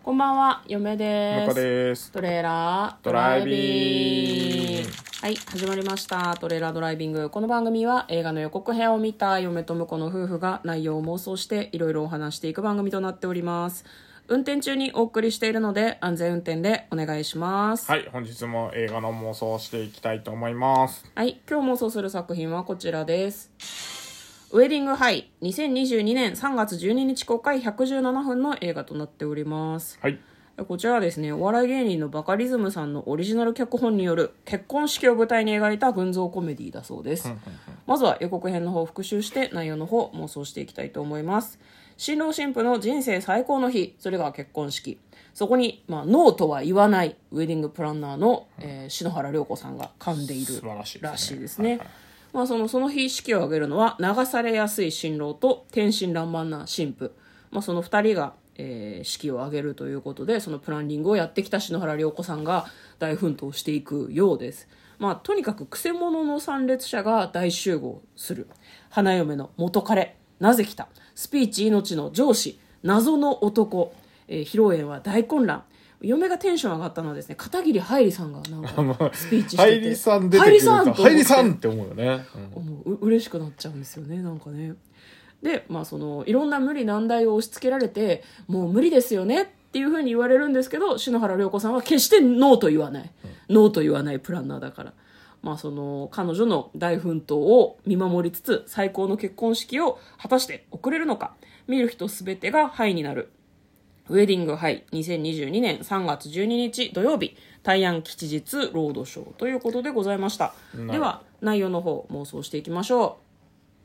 こんばんは、嫁です。 向こうです。 トレーラードライビング。はい、始まりました。トレーラードライビング。この番組は映画の予告編を見た嫁と婿の夫婦が内容を妄想していろいろお話していく番組となっております。運転中にお送りしているので安全運転でお願いします。 はい、本日も映画の妄想をしていきたいと思います。 はい、今日妄想する作品はこちらです。ウェディングハイ2022年3月12日公開117分の映画となっております。 はい。 こちらはですね、お笑い芸人のバカリズムさんのオリジナル脚本による結婚式を舞台に描いた群像コメディだそうです。まずは予告編の方を復習して内容の方妄想していきたいと思います。新郎新婦の人生最高の日、それが結婚式。そこに、ノーとは言わないウェディングプランナーの、篠原涼子さんが噛んでいるらしいですね。その日式を挙げるのは流されやすい新郎と天真爛漫な新婦、その2人が、式を挙げるということで、そのプランニングをやってきた篠原涼子さんが大奮闘していくようです。とにかくクセ者の参列者が大集合する。花嫁の元彼、なぜ来た、スピーチ命の上司、謎の男、披露宴は大混乱。嫁がテンション上がったのはですね、片桐はいりさんがなんかスピーチしてて、 はいりさん出てくるとはいりさんって思うよね。 嬉しくなっちゃうんですよね、なんかね。で、いろんな無理難題を押し付けられて、もう無理ですよねっていう風に言われるんですけど、篠原涼子さんは決してノーと言わない、ノーと言わないプランナーだから、彼女の大奮闘を見守りつつ最高の結婚式を果たして送れるのか、見る人すべてがハイになるウェディングハイ2022年3月12日土曜日大安吉日ロードショーということでございました。では内容の方妄想していきましょう。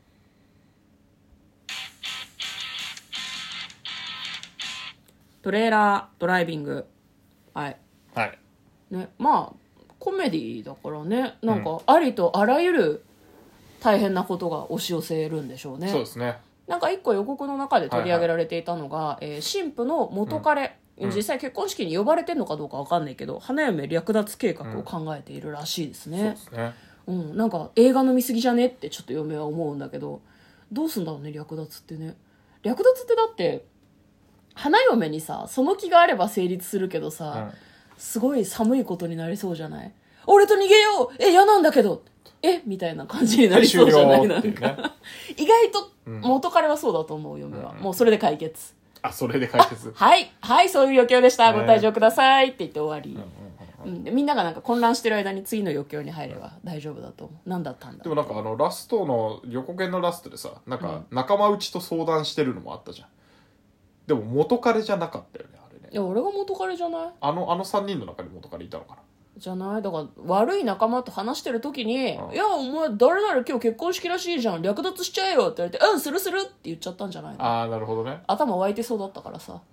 トレーラードライビング。はいね、コメディだからね、なんかありとあらゆる大変なことが押し寄せるんでしょうね。 そうですね。 なんか一個予告の中で取り上げられていたのが、新婦の元彼、実際結婚式に呼ばれてるのかどうか分かんないけど、花嫁略奪計画を考えているらしいですね。 そうですね。 なんか映画の見過ぎじゃねってちょっと嫁は思うんだけど、どうすんだろうね、略奪ってね。略奪ってだって花嫁にさ、その気があれば成立するけどさ、すごい寒いことになりそうじゃない？俺と逃げよう、嫌なんだけど、みたいな感じになりそうじゃない？なんか意外と元彼はそうだと思う、嫁は。もうそれで解決。 それで解決。 はい、そういう余興でした。ご退場くださいって言って終わり。みんながなんか混乱してる間に次の余興に入れば大丈夫だと思う。何だったんだ。 でもなんかラストの予告編のラストでさ、なんか仲間内と相談してるのもあったじゃん。でも元彼じゃなかったよね、あれね。 いや、俺が元彼じゃない？ あの3人の中に元彼いたのかな。 じゃない？だから悪い仲間と話してる時に、いやお前誰々今日結婚式らしいじゃん、略奪しちゃえよって言われて、するって言っちゃったんじゃないの？ なるほどね。 頭湧いてそうだったからさ、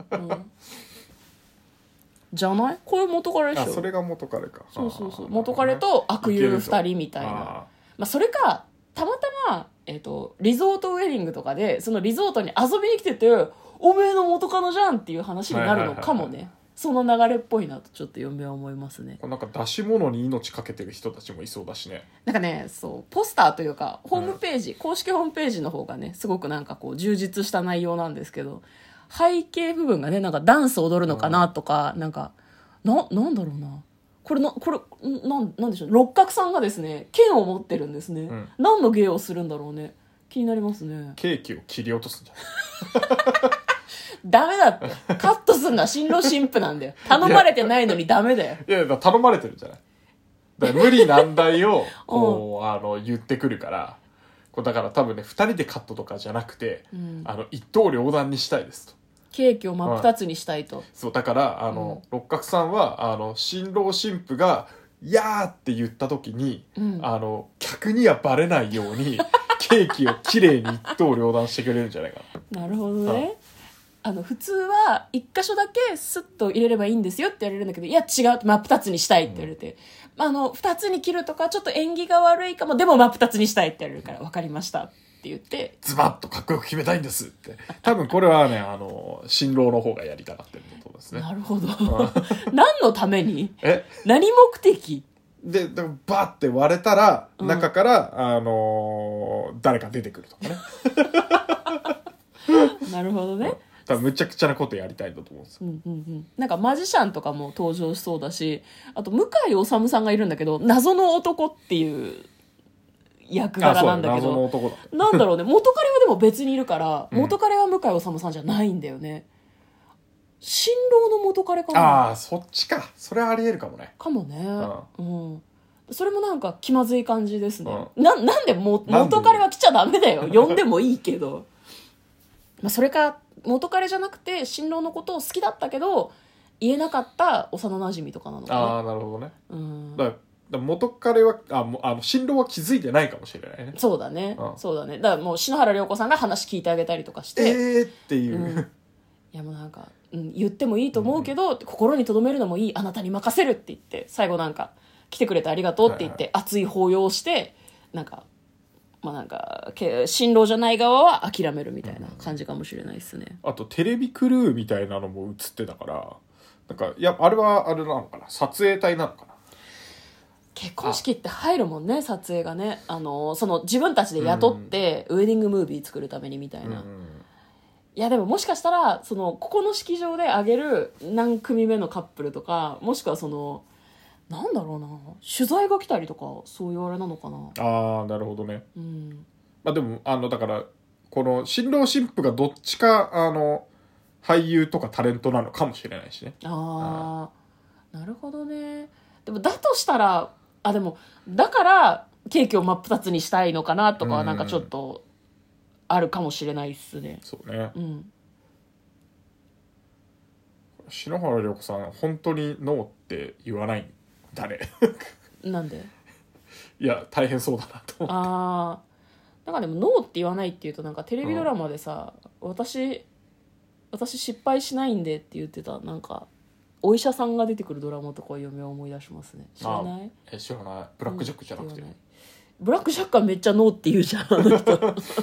じゃない？こういう元彼でしょ。 それが元彼か。 そう元彼と悪友2人みたいな。それかたまたま、リゾートウェディングとかでそのリゾートに遊びに来てて、おめえの元カノじゃんっていう話になるのかもね。その流れっぽいなとちょっと嫁は思いますね。 なんか出し物に命かけてる人たちもいそうだしね。 なんかね、ポスターというかホームページ、公式ホームページの方がね、すごくなんかこう充実した内容なんですけど、背景部分がね、なんかダンス踊るのかなとか、なんかなんだろうな、これなんでしょう、六角さんがですね剣を持ってるんですね、何の芸をするんだろうね、気になりますね。 ケーキを切り落とすんじゃないダメだって、カットすんのは新郎新婦なんだよ。頼まれてないのにダメだよ。 いや、頼まれてるんじゃない。だから無理難題をこう言ってくるから、だから多分ね、2人でカットとかじゃなくて、一刀両断にしたいですと。 ケーキを真っ二つにしたいと。 そうだから六角さんは新郎新婦が「やー」って言った時に、客にはバレないようにケーキをきれいに一刀両断してくれるんじゃないかな。なるほどね。普通は一箇所だけスッと入れればいいんですよって言われるんだけど、いや違う、真っ二つにしたいって言われて、二つに切るとかちょっと縁起が悪いかも、でも真っ二つにしたいって言われるから、分かりましたって言ってズバッとかっこよく決めたいんですって。多分これはね新郎の方がやりたがってることですね。 なるほど何のために？何目的でバッて割れたら、中から誰か出てくるとかねなるほどね。 多分むちゃくちゃなことやりたいんだと思うんですよ。 うんうんうん、なんかマジシャンとかも登場しそうだし、あと向井理さんがいるんだけど、謎の男っていう役柄なんだけど、 謎の男だ。 なんだろうね、元彼はでも別にいるから、 うん元彼は向井理さんじゃないんだよね。新郎の元彼かな。 ああ、そっちか。それはありえるかもね。 かもね。うん。それもなんか気まずい感じですね。 うん、 なんで元彼は来ちゃダメだよ。呼んでもいいけど。まあそれか、元彼じゃなくて新郎のことを好きだったけど、言えなかった幼馴染とかなのかな。 ああ、なるほどね。 うん。 だから元彼は、新郎は気づいてないかもしれないね。 そうだね。 うん、 そうだね。だからもう篠原涼子さんが話聞いてあげたりとかして。 っていう。 うん、いやもうなんか、言ってもいいと思うけど、心に留めるのもいい、あなたに任せるって言って、最後なんか、来てくれてありがとうって言って、熱い抱擁をして、なんか、まあなんか、新郎じゃない側は諦めるみたいな感じかもしれないですね。 あと、テレビクルーみたいなのも映ってたから、なんか、いや、あれはあれなのかな、撮影隊なのかな。 結婚式って入るもんね、撮影がね。その自分たちで雇って、ウェディングムービー作るためにみたいな。いやでももしかしたらここの式場で挙げる何組目のカップルとか、もしくはなんだろうな、取材が来たりとか、そういうあれなのかな。 ああ、なるほどね。 うん。 まあでもだからこの新郎新婦がどっちか俳優とかタレントなのかもしれないしね。 ああ、なるほどね。でもだとしたらでもだからケーキを真っ二つにしたいのかなとかはなんかちょっとあるかもしれないっすね。 そうね。 うん。 篠原涼子さん本当にノーって言わないんだね。 なんで？ いや大変そうだなと思って。 ああ、なんかでもノーって言わないっていうとなんかテレビドラマでさ、私失敗しないんでって言ってた、なんかお医者さんが出てくるドラマとかを読み思い出しますね。知らない？ 知らない。ブラックジャックじゃなくて、 ブラックジャックはめっちゃノーって言うじゃん、あの人。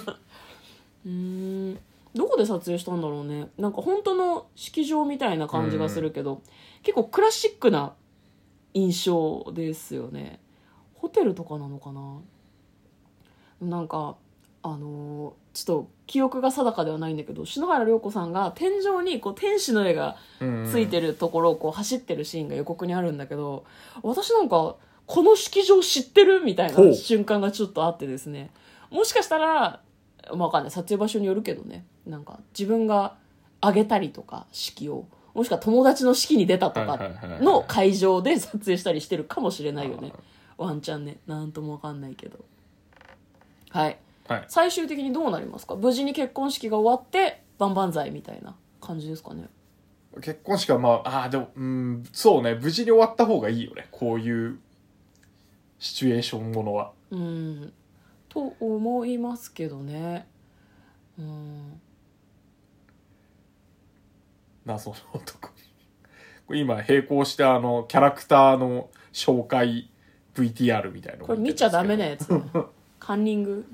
どこで撮影したんだろうね。なんか本当の式場みたいな感じがするけど、結構クラシックな印象ですよね。ホテルとかなのかな。なんかちょっと記憶が定かではないんだけど、篠原涼子さんが天井にこう天使の絵がついてるところをこう走ってるシーンが予告にあるんだけど、私なんかこの式場知ってるみたいな瞬間がちょっとあってですね、もしかしたらわかんない、撮影場所によるけどね、なんか自分があげたりとか式を、もしくは友達の式に出たとかの会場で撮影したりしてるかもしれないよね。ワンチャンね、なんともわかんないけど。はい、 はい、 最終的にどうなりますか？無事に結婚式が終わって万々歳みたいな感じですかね。 結婚式はでもそうね、無事に終わった方がいいよね、こういうシチュエーションものは。 と思いますけどね。 謎の男。今並行してキャラクターの紹介 VTR みたいなのこれ見ちゃダメなやつ。カンニング。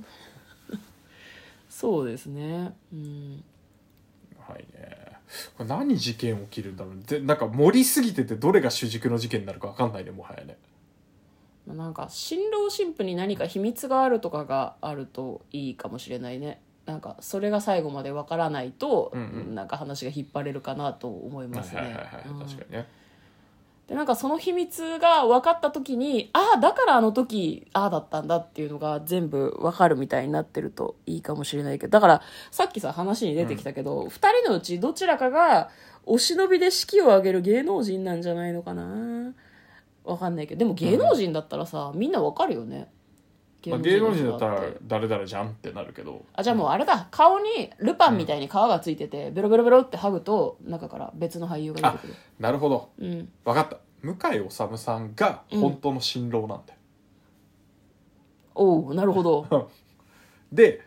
そうですね。 はいね。これ何事件起きるんだろう。でなんか盛りすぎててどれが主軸の事件になるか分かんないね、もはやね。 なんか新郎新婦に何か秘密があるとかがあるといいかもしれないね。なんかそれが最後まで分からないと、なんか話が引っ張れるかなと思いますね。 確かにね。 でなんかその秘密が分かった時に、だからあの時だったんだっていうのが全部分かるみたいになってるといいかもしれないけど、だからさっきさ話に出てきたけど、2人のうちどちらかがお忍びで式を挙げる芸能人なんじゃないのかな。分かんないけど、でも芸能人だったらさ、みんな分かるよね。 芸能人だったら誰々じゃんってなるけど、 じゃあもうあれだ、顔にルパンみたいに皮がついてて、ベロベロベロって剥ぐと中から別の俳優が出てくる。 なるほど、分かった。向井理さんが本当の新郎なんだよ。 おう、なるほど。 で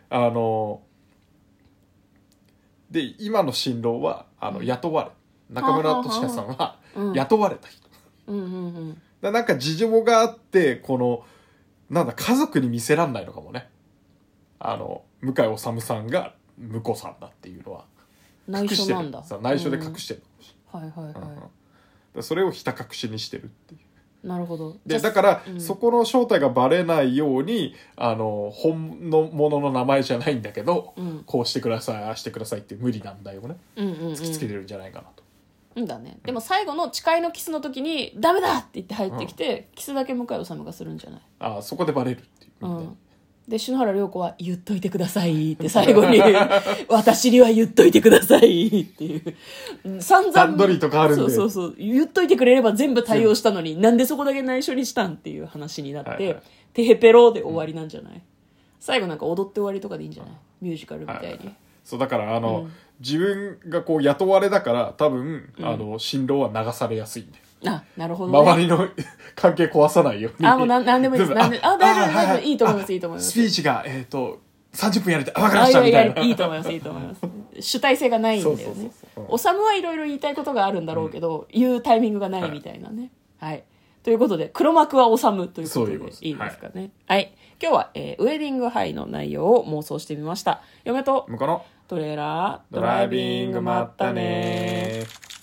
で今の新郎は雇われ、中村俊也さんは雇われた人。なんか事情があって、なんだ、家族に見せらんないのかもね。向井理さんが婿さんだっていうのは内緒なんだ。 内緒で隠してるのかもしれない。それをひた隠しにしてるっていう。 なるほど。 でだから、 うん、 そこの正体がバレないように本のものの名前じゃないんだけど、こうしてくださいああしてくださいって無理なんだよね、突きつけてるんじゃないかなと。 うんだね。でも最後の誓いのキスの時にダメだって言って入ってきて、キスだけ向井理がするんじゃない？ ああそこでバレるっていう、 で篠原涼子は言っといてくださいって最後に私には言っといてくださいっていう散々 段取りとかあるんでそう言っといてくれれば全部対応したのになんでそこだけ内緒にしたんっていう話になって、はいはい、テヘペロで終わりなんじゃない、最後なんか踊って終わりとかでいいんじゃない、ミュージカルみたいに、はいはい、 そうだから自分がこう雇われだから多分新郎は流されやすいんだよ。 あ、なるほど、ね、 周りの関係壊さないように。 もうなんでもいいです。大丈夫、大丈夫。いいと思います、いいと思います。 スピーチが、30分やりたい。わかりました、みたいな。 いいと思います、いいと思います。主体性がないんだよね。おさむはいろいろ言いたいことがあるんだろうけど、言うタイミングがないみたいなね。はい。ということで、黒幕はおさむということで、いいですかね。はい。今日は、ウェディングハイの内容を妄想してみました。嫁と、 向こうのトレーラードライビング、まったね。